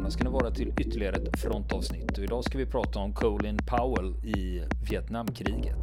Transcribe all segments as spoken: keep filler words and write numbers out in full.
välkomna ska ni vara till ytterligare ett frontavsnitt. Och idag ska vi prata om Colin Powell i Vietnamkriget.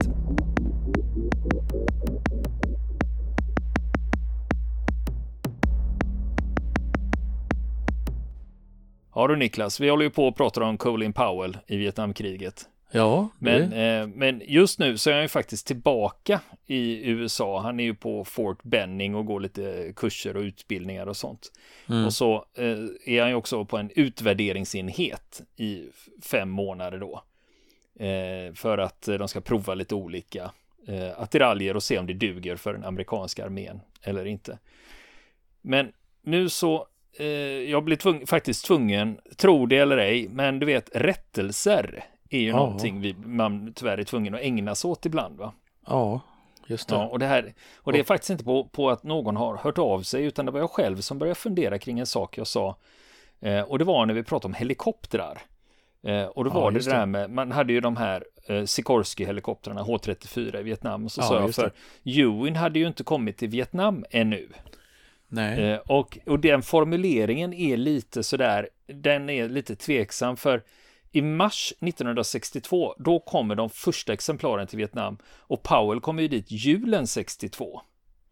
Ja du Niklas, vi håller ju på att prata om Colin Powell i Vietnamkriget. Ja, men, eh, men just nu så är han ju faktiskt tillbaka i U S A. Han är ju på Fort Benning och går lite kurser och utbildningar och sånt. Mm. Och så eh, är han ju också på en utvärderingsenhet i fem månader då. Eh, för att de ska prova lite olika eh, attiraljer och se om det duger för den amerikanska armén eller inte. Men nu så eh, jag blir tvung, faktiskt tvungen, tro det eller ej, men du vet, rättelser är ju ja. någonting vi, man tyvärr är tvungen att ägna sig åt ibland, va? Ja, just det. Ja, och det, här, och det är faktiskt inte på, på att någon har hört av sig, utan det var jag själv som började fundera kring en sak jag sa. Eh, och det var när vi pratade om helikoptrar. Eh, och då var ja, det det där med, man hade ju de här eh, Sikorsky-helikoptrarna H trettiofyra i Vietnam. Och så ja, sa jag, för Ewing hade ju inte kommit till Vietnam ännu. Nej. Eh, och, och den formuleringen är lite sådär, den är lite tveksam, för i mars nittonhundrasextiotvå, då kommer de första exemplaren till Vietnam, och Powell kommer ju dit julen sextiotvå.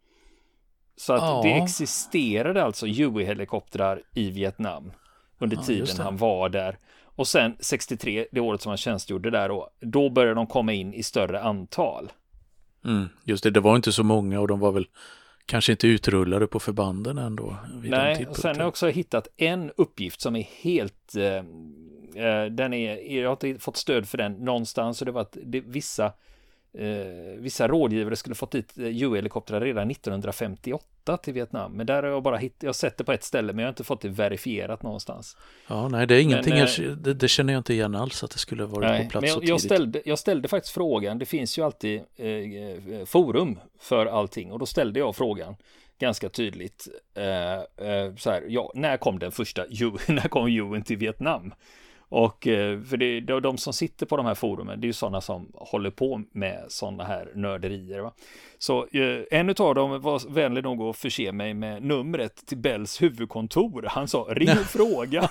Så att ja. det existerade alltså U E-helikoptrar i Vietnam under ja, tiden han var där. Och sen sextiotre, det året som han tjänstgjorde där då, då började de komma in i större antal. Mm, just det, det var inte så många, och de var väl kanske inte utrullade på förbanden ändå. Nej, och sen har jag också hittat en uppgift som är helt... Eh, den är, jag har inte fått stöd för den någonstans, så det var att det, vissa eh, vissa rådgivare skulle fått dit U E-helikoptrar redan nittonhundrafemtioåtta till Vietnam, men där har jag bara hitt, jag har sett det på ett ställe, men jag har inte fått det verifierat någonstans. Ja, nej, det är ingenting, men, jag, det, det känner jag inte igen alls, att det skulle varit nej, på plats men jag, så tidigt. Jag ställde, jag ställde faktiskt frågan, det finns ju alltid eh, forum för allting, och då ställde jag frågan ganska tydligt eh, eh, så här, ja, när kom den första U, när kom U N till Vietnam? Och för det, det, de som sitter på de här forumen, det är ju sådana som håller på med sådana här nörderier, va? Så eh, en av dem var vänlig nog att förse mig med numret till Bells huvudkontor. Han sa, ring och fråga.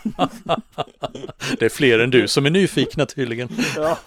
Det är fler än du som är nyfikna tydligen. Ja,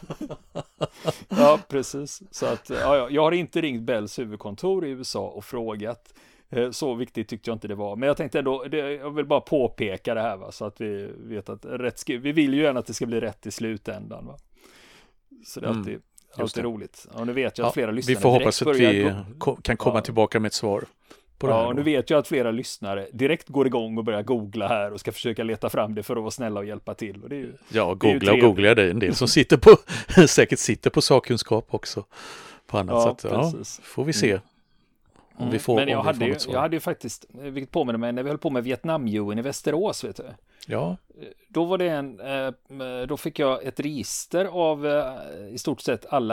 ja precis. Så att, ja, jag har inte ringt Bells huvudkontor i U S A och frågat. Så viktigt tyckte jag inte det var. Men jag tänkte ändå, det, jag vill bara påpeka det här, va, så att vi vet att rätt ska, vi vill ju gärna att det ska bli rätt i slutändan, va? Så det är alltid, mm, alltid roligt. Och nu vet jag att ja, flera lyssnare vi får hoppas att vi gå... kan komma ja. tillbaka med ett svar på det ja, här. Och nu vet jag att flera lyssnare direkt går igång och börjar googla här och ska försöka leta fram det för att vara snälla och hjälpa till. Och det är ju, ja, det är googla och googla, det är en del som sitter på säkert sitter på sakkunskap också på annat ja, sätt. Ja, får vi se. Mm. Mm. Får, men jag hade, ju, jag hade ju faktiskt, vilket påminner mig, när vi höll på med Vietnam-U N i Västerås, vet du. Ja. Då var det en, då fick jag ett register av i stort sett alla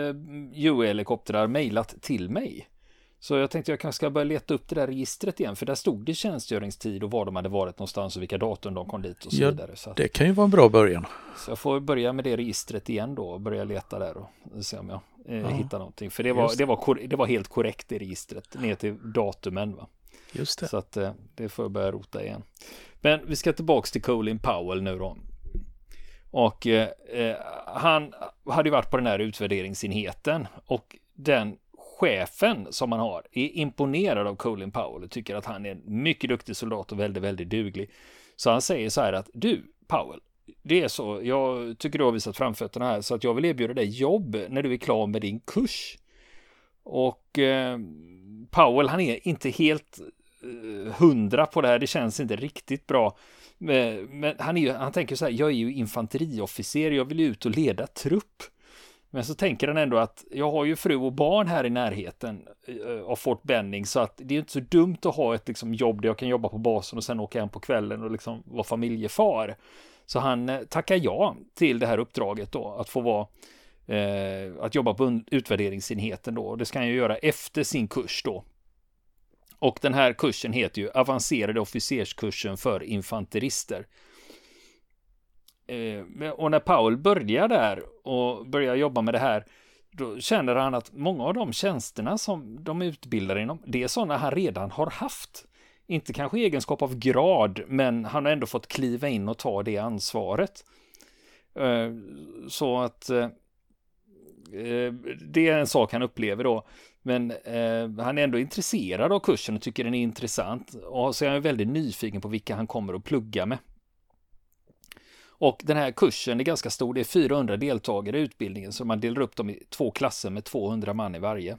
U E-helikoptrar mejlat till mig. Så jag tänkte jag kanske ska börja leta upp det där registret igen, för där stod det tjänstgöringstid och var de hade varit någonstans och vilka datum de kom dit och så ja, vidare. Så att, det kan ju vara en bra början. Så jag får börja med det registret igen då och börja leta där och se om jag eh, ja. hittar någonting. För det var, det, var, det var helt korrekt i registret, ner till datumen, va? Just det. Så att eh, det får jag börja rota igen. Men vi ska tillbaka till Colin Powell nu då. Och eh, han hade ju varit på den här utvärderingsenheten, och den chefen som man har är imponerad av Colin Powell och tycker att han är en mycket duktig soldat och väldigt, väldigt duglig. Så han säger så här att, du Powell, det är så, jag tycker du har visat framfötterna här, så att jag vill erbjuda dig jobb när du är klar med din kurs. Och eh, Powell, han är inte helt eh, hundra på det här, det känns inte riktigt bra. Men, men han, är ju, han tänker så här, jag är ju infanteriofficer, jag vill ut och leda trupp. Men så tänker han ändå att jag har ju fru och barn här i närheten av Fort Benning, så att det är inte så dumt att ha ett liksom, jobb där jag kan jobba på basen och sen åka hem på kvällen och liksom vara familjefar. Så han tackar ja till det här uppdraget då, att få vara eh, att jobba på utvärderingsenheten då. Det ska han ju göra efter sin kurs då. Och den här kursen heter ju avancerade officerskursen för infanterister. Eh, och när Powell börjar där och börjar jobba med det här, då känner han att många av de tjänsterna som de utbildar inom, det är sådana han redan har haft inte kanske i egenskap av grad, men han har ändå fått kliva in och ta det ansvaret. Så att det är en sak han upplever då. Men han är ändå intresserad av kursen och tycker den är intressant. Och så är han väldigt nyfiken på vilka han kommer att plugga med. Och den här kursen är ganska stor. Det är fyrahundra deltagare i utbildningen, så man delar upp dem i två klasser med tvåhundra man i varje.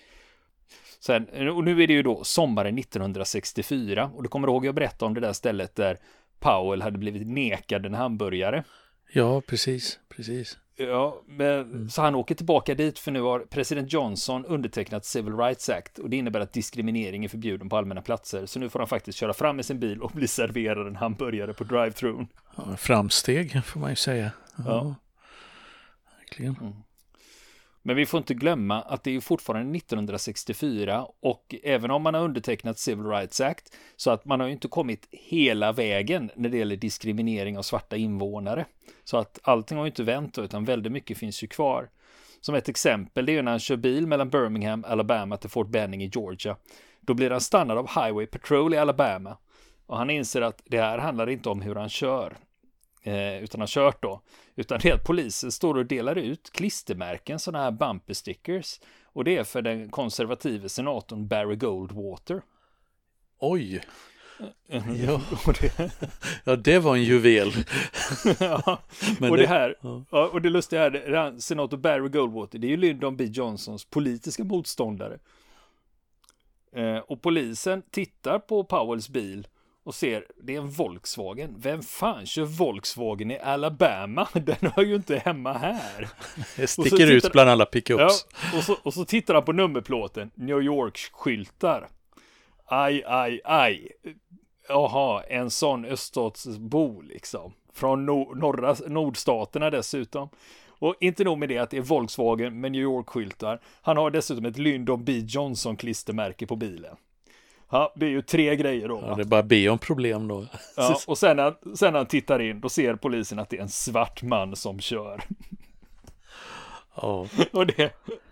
Sen, och nu är det ju då sommaren nittonhundrasextiofyra, och du kommer ihåg jag berättade om det där stället där Powell hade blivit nekad en hamburgare. Ja, precis, precis. Ja, men, mm. Så han åker tillbaka dit, för nu har president Johnson undertecknat Civil Rights Act, och det innebär att diskriminering är förbjuden på allmänna platser. Så nu får han faktiskt köra fram med sin bil och bli serverad en hamburgare på drive-thrun. Ja, framsteg får man ju säga. Ja, ja. Verkligen. Mm. Men vi får inte glömma att det är fortfarande nittonhundrasextiofyra, och även om man har undertecknat Civil Rights Act, så att man har ju inte kommit hela vägen när det gäller diskriminering av svarta invånare. Så att allting har ju inte vänt, utan väldigt mycket finns ju kvar. Som ett exempel, det är ju när han kör bil mellan Birmingham, Alabama till Fort Benning i Georgia. Då blir han stannad av Highway Patrol i Alabama, och han inser att det här handlar inte om hur han kör. Eh, utan har kört då, utan det är att polisen står och delar ut klistermärken, sådana här bumper stickers, och det är för den konservative senatorn Barry Goldwater. Oj! Mm. Ja. det... ja, det var en juvel. ja, Men och det, det här, ja. och det lustiga är, senator Barry Goldwater, det är ju Lyndon B. Johnsons politiska motståndare. Eh, och polisen tittar på Powells bil och ser, det är en Volkswagen. Vem fan kör Volkswagen i Alabama? Den har ju inte hemma här. Det sticker ut bland alla pickups. Ja, och, så, och så tittar han på nummerplåten. New York-skyltar. Aj, aj, aj. Jaha, en sån öststatsbo liksom. Från no- norra, nordstaterna dessutom. Och inte nog med det att det är Volkswagen med New York-skyltar. Han har dessutom ett Lyndon B. Johnson-klistermärke på bilen. Ja, det är ju tre grejer då. Ja, det är bara be om problem då. Ja, och sen när, sen när han tittar in, då ser polisen att det är en svart man som kör. Ja. och det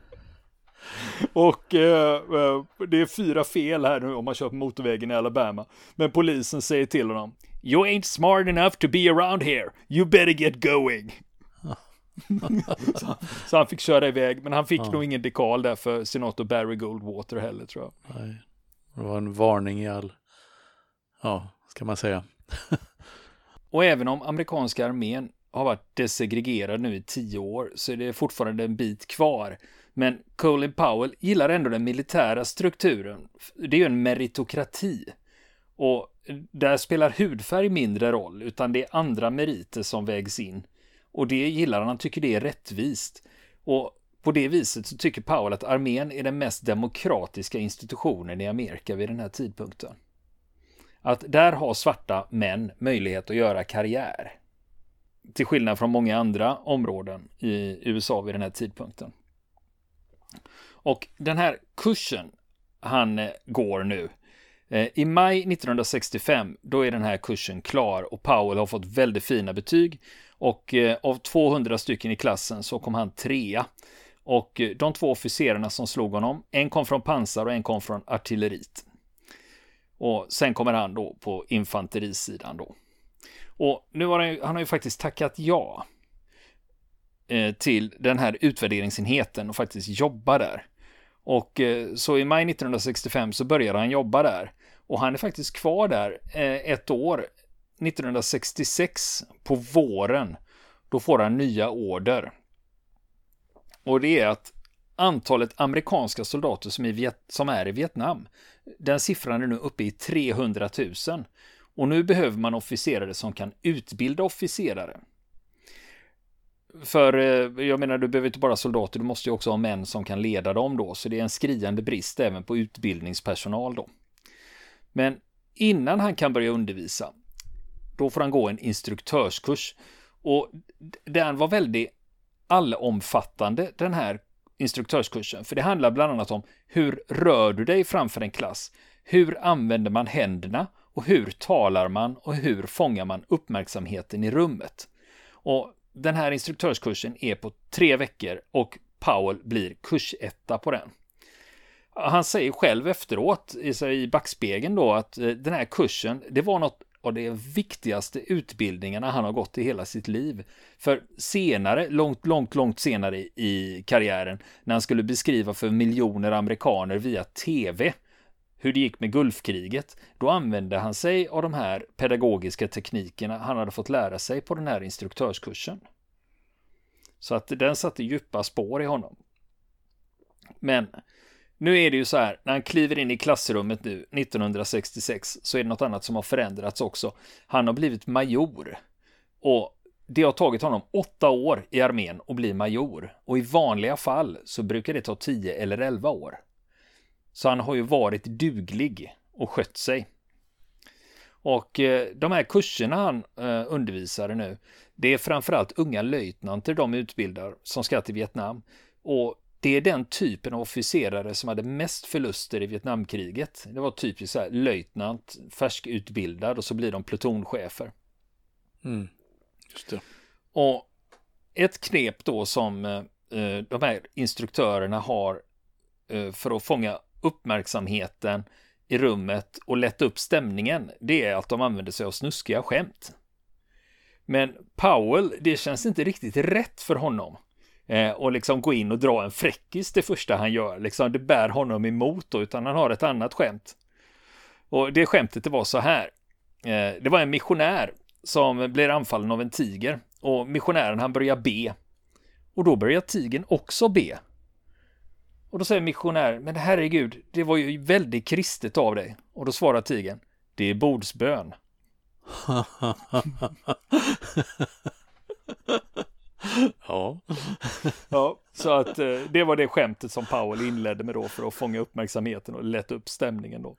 och eh, det är fyra fel här nu om man kör på motorvägen i Alabama. Men polisen säger till honom: You ain't smart enough to be around here. You better get going. så, så han fick köra iväg, men han fick ja. nog ingen dekal där för senator Barry Goldwater heller, tror jag. Nej. Det var en varning i all, ja, ska man säga. Och även om amerikanska armén har varit desegregerad nu i tio år, så är det fortfarande en bit kvar. Men Colin Powell gillar ändå den militära strukturen. Det är ju en meritokrati. Och där spelar hudfärg mindre roll, utan det är andra meriter som vägs in. Och det gillar han, han tycker det är rättvist. Och på det viset så tycker Powell att armén är den mest demokratiska institutionen i Amerika vid den här tidpunkten. Att där har svarta män möjlighet att göra karriär. Till skillnad från många andra områden i U S A vid den här tidpunkten. Och den här kursen han går nu. I maj nittonhundrasextiofem, då är den här kursen klar och Powell har fått väldigt fina betyg. Och av tvåhundra stycken i klassen så kom han trea. Och de två officerarna som slog honom, en kom från pansar och en kom från artilleriet. Och sen kommer han då på infanterisidan då. Och nu har han, han har ju faktiskt tackat ja eh, till den här utvärderingsenheten och faktiskt jobba där. Och eh, så i maj nittonhundrasextiofem så började han jobba där. Och han är faktiskt kvar där eh, ett år. nittonhundrasextiosex på våren, då får han nya order. Och det är att antalet amerikanska soldater som, i Viet- som är i Vietnam, den siffran är nu uppe i trehundratusen. Och nu behöver man officerare som kan utbilda officerare. För jag menar, du behöver inte bara soldater, du måste ju också ha män som kan leda dem då. Så det är en skriande brist även på utbildningspersonal då. Men innan han kan börja undervisa, då får han gå en instruktörskurs. Och den var väldigt allomfattande, den här instruktörskursen. För det handlar bland annat om hur rör du dig framför en klass? Hur använder man händerna? Och hur talar man? Och hur fångar man uppmärksamheten i rummet? Och den här instruktörskursen är på tre veckor och Powell blir kursetta på den. Han säger själv efteråt i backspegeln då att den här kursen, det var något av de viktigaste utbildningarna han har gått i hela sitt liv. För senare, långt, långt, långt senare i karriären, när han skulle beskriva för miljoner amerikaner via tv hur det gick med Gulfkriget, då använde han sig av de här pedagogiska teknikerna han hade fått lära sig på den här instruktörskursen. Så att den satte djupa spår i honom. Men nu är det ju så här, när han kliver in i klassrummet nu nittonhundrasextiosex, så är det något annat som har förändrats också. Han har blivit major. Och det har tagit honom åtta år i armén att bli major. Och i vanliga fall så brukar det ta tio eller elva år. Så han har ju varit duglig och skött sig. Och eh, de här kurserna han eh, undervisade nu, det är framförallt unga löjtnanter de utbildar som ska till Vietnam. Och det är den typen av officerare som hade mest förluster i Vietnamkriget. Det var typiskt så här, löjtnant, färskutbildad, och så blir de plutonchefer. Mm, just det. Och ett knep då som eh, de här instruktörerna har eh, för att fånga uppmärksamheten i rummet och lätta upp stämningen, det är att de använder sig av snuskiga skämt. Men Powell, det känns inte riktigt rätt för honom. Eh, och liksom gå in och dra en fräckis det första han gör. Liksom, det bär honom emot då, utan han har ett annat skämt. Och det skämtet det var så här. Eh, det var en missionär som blir anfallen av en tiger. Och missionären han börjar be. Och då börjar tigern också be. Och då säger missionären, men herregud, det var ju väldigt kristet av dig. Och då svarar tigern, det är bordsbön. Ja. Ja, så att eh, det var det skämtet som Powell inledde med då för att fånga uppmärksamheten och lätta upp stämningen då.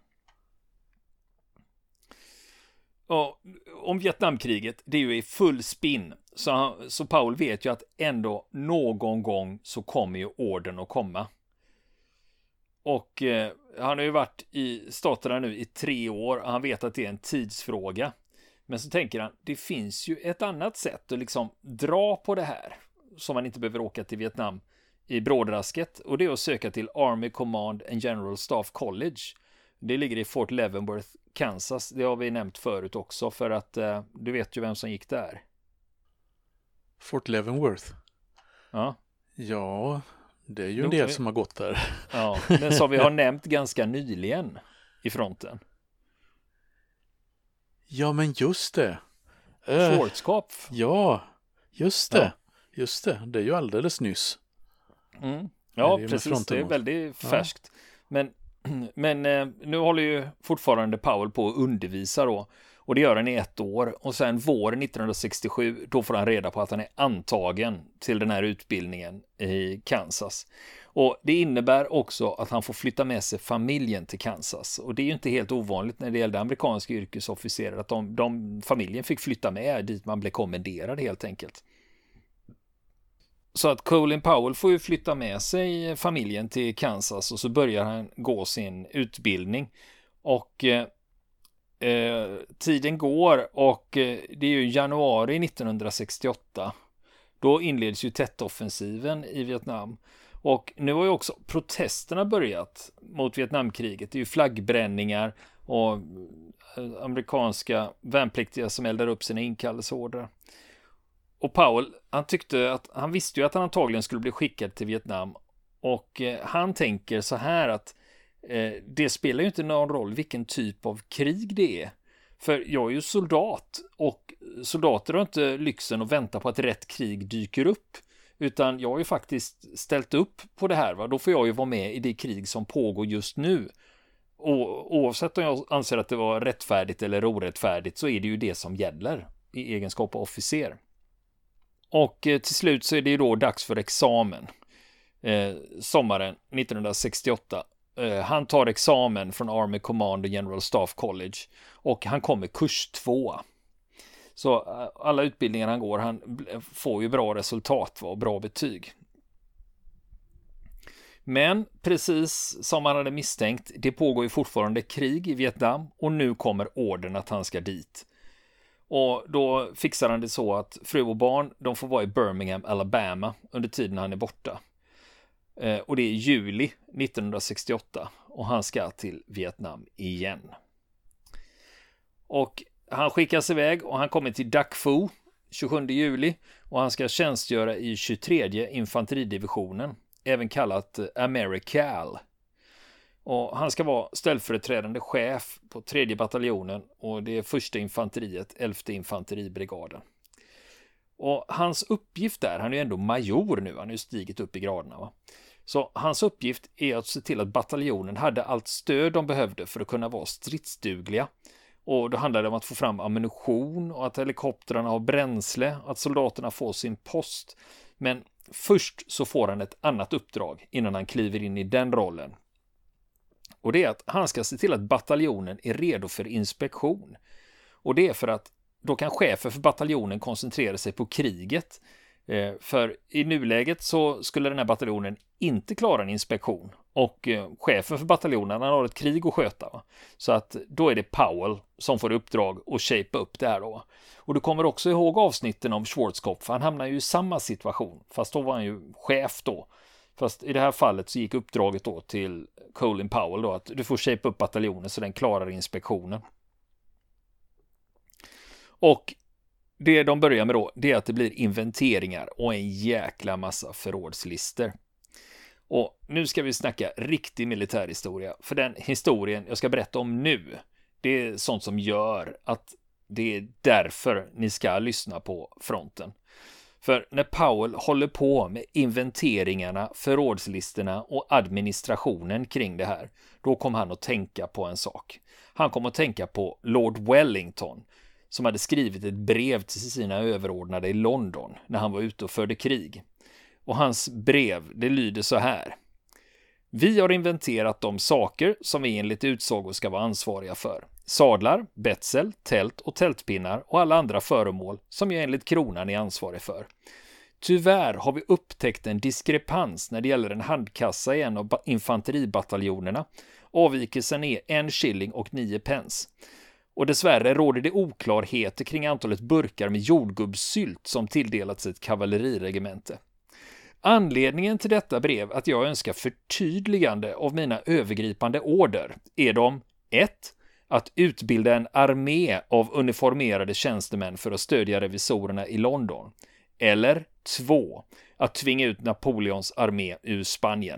Och om Vietnamkriget, det är ju i full spinn. Så, han, så Powell vet ju att ändå någon gång så kommer ju orden att komma. Och eh, han har ju varit i staterna nu i tre år och han vet att det är en tidsfråga. Men så tänker han, det finns ju ett annat sätt att liksom dra på det här som man inte behöver åka till Vietnam i brådrasket, och det är att söka till Army Command and General Staff College. Det ligger i Fort Leavenworth, Kansas. Det har vi nämnt förut också, för att eh, du vet ju vem som gick där. Fort Leavenworth? Ja. Ja, det är ju en del som har gått där. Ja, men som vi har nämnt ganska nyligen i fronten. Ja, men just det. Schwarzkopf. Uh, ja, just det. Ja. Just det, det är ju alldeles nyss. Mm. Ja, det precis. Det är väldigt färskt. Ja. Men, men eh, nu håller ju fortfarande Powell på att undervisa då. Och det gör han i ett år. Och sen våren nittonhundrasextiosju, då får han reda på att han är antagen till den här utbildningen i Kansas. Och det innebär också att han får flytta med sig familjen till Kansas. Och det är ju inte helt ovanligt när det gällde amerikanska yrkesofficerare att de, de, familjen fick flytta med dit man blev kommenderad helt enkelt. Så att Colin Powell får ju flytta med sig familjen till Kansas och så börjar han gå sin utbildning. Och eh, eh, tiden går och eh, det är ju januari nittonhundrasextioåtta. Då inleds ju Tet-offensiven i Vietnam. Och nu har ju också protesterna börjat mot Vietnamkriget. Det är ju flaggbränningar och amerikanska värnpliktiga som eldar upp sina inkallelseordrar. Och Powell, han tyckte att han visste ju att han antagligen skulle bli skickad till Vietnam. Och eh, han tänker så här att eh, det spelar ju inte någon roll vilken typ av krig det är. För jag är ju soldat och soldater har inte lyxen att vänta på att rätt krig dyker upp. Utan jag har ju faktiskt ställt upp på det här. Va? Då får jag ju vara med i det krig som pågår just nu. Och oavsett om jag anser att det var rättfärdigt eller orättfärdigt så är det ju det som gäller i egenskap av officer. Och eh, till slut så är det ju då dags för examen. Eh, sommaren nittonhundrasextioåtta. Eh, han tar examen från Army Command och General Staff College. Och han kommer kurs två. Så eh, alla utbildningar han går, han får ju bra resultat och bra betyg. Men precis som han hade misstänkt, det pågår ju fortfarande krig i Vietnam. Och nu kommer ordern att han ska dit. Och då fixar han det så att fru och barn, de får vara i Birmingham, Alabama under tiden han är borta. Eh, och det är juli nittonhundrasextioåtta och han ska till Vietnam igen. Och han skickas iväg och han kommer till Dak Phu tjugosjunde juli och han ska tjänstgöra i tjugotredje infanteridivisionen, även kallat Americal. Och han ska vara ställföreträdande chef på tredje bataljonen och det är första infanteriet, elfte infanteribrigaden. Och hans uppgift där, han är ju ändå major nu, han har ju stigit upp i graderna va. Så hans uppgift är att se till att bataljonen hade allt stöd de behövde för att kunna vara stridsdugliga. Och då handlar det om att få fram ammunition och att helikoptrarna har bränsle, att soldaterna får sin post. Men först så får han ett annat uppdrag innan han kliver in i den rollen. Och det är att han ska se till att bataljonen är redo för inspektion. Och det är för att då kan chefen för bataljonen koncentrera sig på kriget. Eh, för i nuläget så skulle den här bataljonen inte klara en inspektion. Och eh, chefen för bataljonen han har ett krig att sköta. Va? Så att då är det Powell som får uppdrag att shapea upp det här då. Och du kommer också ihåg avsnitten om Schwarzkopf. Han hamnar ju i samma situation. Fast då var han ju chef då. Fast i det här fallet så gick uppdraget då till Colin Powell då. Att du får shapea upp bataljonen så den klarar inspektionen. Och det de börjar med då, det är att det blir inventeringar och en jäkla massa förrådslister. Och nu ska vi snacka riktig militärhistoria. För den historien jag ska berätta om nu, det är sånt som gör att det är därför ni ska lyssna på fronten. För när Powell håller på med inventeringarna, förrådslistorna och administrationen kring det här, då kommer han att tänka på en sak. Han kommer att tänka på Lord Wellington, som hade skrivit ett brev till sina överordnade i London när han var ute och förde krig. Och hans brev, det lyder så här. Vi har inventerat de saker som vi enligt utsago ska vara ansvariga för. Sadlar, betsel, tält och tältpinnar och alla andra föremål som jag enligt kronan är ansvarig för. Tyvärr har vi upptäckt en diskrepans när det gäller en handkassa i en av infanteribataljonerna. Avvikelsen är en shilling och nio pence. Och dessvärre råder det oklarheter kring antalet burkar med jordgubbssylt som tilldelats ett kavalleriregemente. Anledningen till detta brev att jag önskar förtydligande av mina övergripande order är de ett. Att utbilda en armé av uniformerade tjänstemän för att stödja revisorerna i London. Eller två. Att tvinga ut Napoleons armé ur Spanien.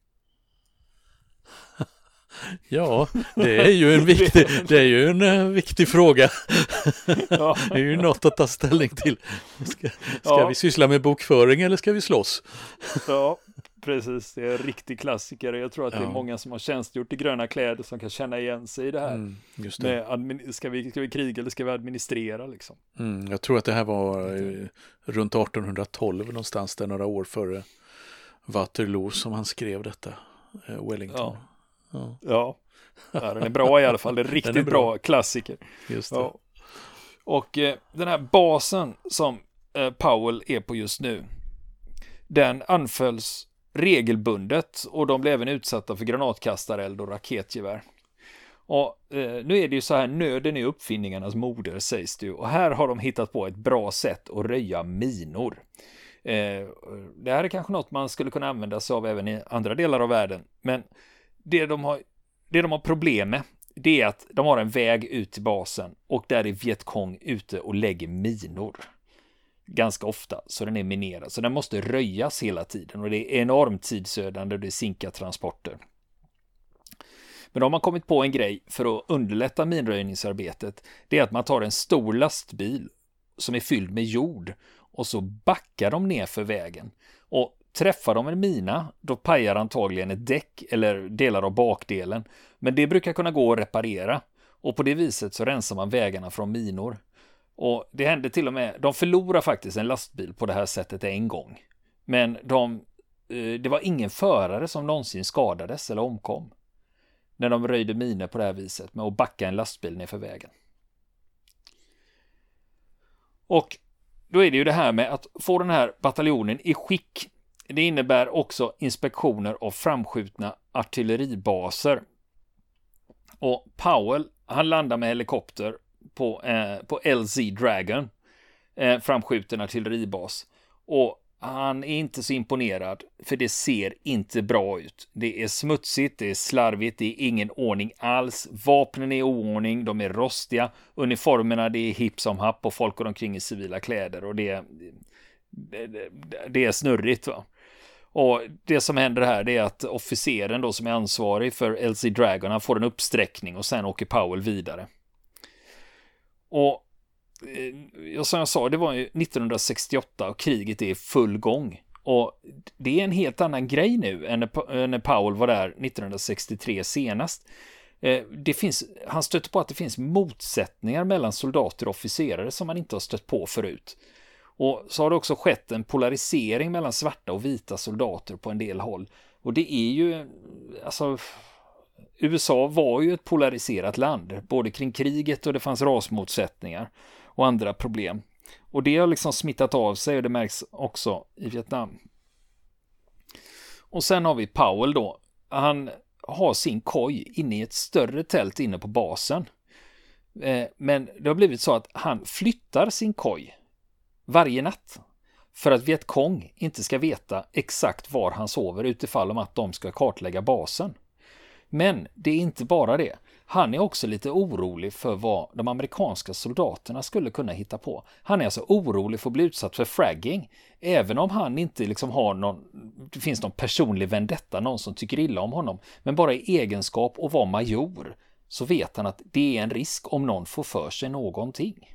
Ja, det är ju en viktig, det är ju en uh, viktig fråga. Ja. Det är ju något att ta ställning till. Ska, ska ja. vi syssla med bokföring eller ska vi slåss? Ja, precis. Det är en riktig klassiker. Jag tror att ja. det är många som har tjänstgjort i gröna kläder som kan känna igen sig i det här. Mm, just det. Med admin- ska, vi, ska vi kriga eller ska vi administrera? Liksom? Mm, jag tror att det här var eh, runt artonhundratolv någonstans, där några år före Waterloo som han skrev detta, eh, Wellington. Ja. Ja. Ja. ja, den är bra i alla fall. Det är riktigt är bra. bra klassiker. Just det. Ja. Och eh, den här basen som eh, Powell är på just nu, den anfölls regelbundet och de blev även utsatta för granatkastareld och raketgevär. Och eh, nu är det ju så här, nöden är uppfinningarnas moder sägs det ju. Och här har de hittat på ett bra sätt att röja minor. Eh, det här är kanske något man skulle kunna använda sig av även i andra delar av världen. Men det de har, det de har problem med, det är att de har en väg ut till basen och där är Vietkong ute och lägger minor. Ganska ofta, så den är minerad. Så den måste röjas hela tiden och det är enormt tidsödande och det är sinka transporter. Men då har man kommit på en grej för att underlätta minröjningsarbetet. Det är att man tar en stor lastbil som är fylld med jord och så backar de ner för vägen. Och träffar de en mina, då pajar antagligen ett däck eller delar av bakdelen. Men det brukar kunna gå att reparera. Och på det viset så rensar man vägarna från minor. Och det hände till och med, de förlorar faktiskt en lastbil på det här sättet en gång. Men de, det var ingen förare som någonsin skadades eller omkom. När de röjde miner på det här viset med att backa en lastbil ner för vägen. Och då är det ju det här med att få den här bataljonen i skick. Det innebär också inspektioner av framskjutna artilleribaser. Och Powell, han landar med helikopter på, eh, på L Z Dragon, eh, framskjuten artilleribas. Och han är inte så imponerad, för det ser inte bra ut. Det är smutsigt, det är slarvigt, det är ingen ordning alls. Vapnen är i oordning, de är rostiga. Uniformerna, det är hipp som happ och folk går omkring i civila kläder och det, det, det, det är snurrigt, va. Och det som händer här, det är att officeren då som är ansvarig för L C Dragon, han får en uppsträckning och sen åker Powell vidare. Och eh, som jag sa, det var ju nittonhundrasextioåtta och kriget är i full gång. Och det är en helt annan grej nu än när, när Powell var där nittonhundrasextiotre senast. Eh, det finns, han stöter på att det finns motsättningar mellan soldater och officerare som man inte har stött på förut. Och så har det också skett en polarisering mellan svarta och vita soldater på en del håll. Och det är ju, alltså, U S A var ju ett polariserat land, både kring kriget och det fanns rasmotsättningar och andra problem. Och det har liksom smittat av sig och det märks också i Vietnam. Och sen har vi Powell då. Han har sin koj inne i ett större tält inne på basen. Eh, men det har blivit så att han flyttar sin koj varje natt för att Vietkong inte ska veta exakt var han sover utifall om att de ska kartlägga basen. Men det är inte bara det. Han är också lite orolig för vad de amerikanska soldaterna skulle kunna hitta på. Han är alltså orolig för att bli utsatt för fragging. Även om han inte liksom har någon, det finns någon personlig vendetta, någon som tycker illa om honom. Men bara i egenskap att vara major så vet han att det är en risk om någon får för sig någonting.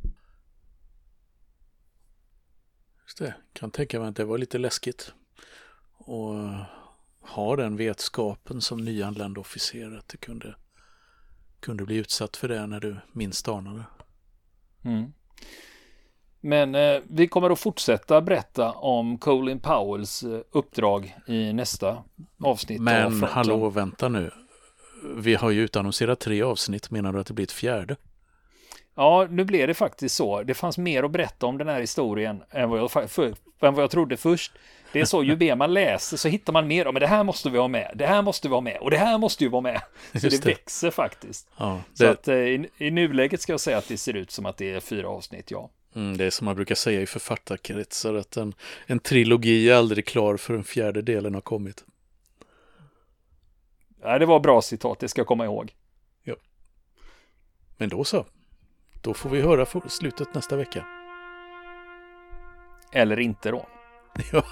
Just det, kan tänka mig att det var lite läskigt. Och ha den vetskapen som nyanländ officer att du kunde, kunde bli utsatt för det när du minst anade. Mm. Men eh, vi kommer att fortsätta berätta om Colin Powells eh, uppdrag i nästa avsnitt. Men hallå, vänta nu. Vi har ju utannonserat tre avsnitt. Menar du att det blir ett fjärde? Ja, nu blev det faktiskt så. Det fanns mer att berätta om den här historien än vad jag, för, än vad jag trodde först. Det är så, ju mer man läser så hittar man mer. Men det här måste vi ha med, det här måste vi ha med och det här måste ju vara med. Så det, det växer faktiskt. Ja, det... Så att eh, i, i nuläget ska jag säga att det ser ut som att det är fyra avsnitt, ja. Mm, det är som man brukar säga i författarkretsar att en, en trilogi är aldrig klar för den fjärde delen har kommit. Ja, det var bra citat, det ska jag komma ihåg. Ja. Men då så. Då får vi höra för slutet nästa vecka. Eller inte då. Ja.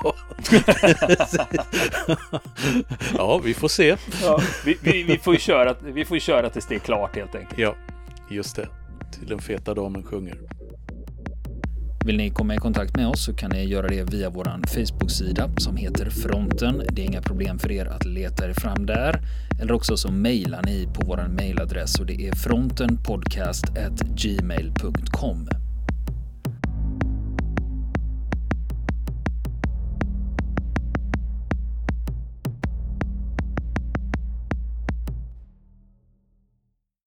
Ja, vi får se. Ja, vi, vi, vi får ju köra, vi får ju köra tills det är klart helt enkelt. Ja, just det. Till den feta damen sjunger. Vill ni komma i kontakt med oss så kan ni göra det via vår Facebook-sida som heter Fronten. Det är inga problem för er att leta er fram där. Eller också så mejlar ni på vår mejladress och det är frontenpodcast at gmail punkt com.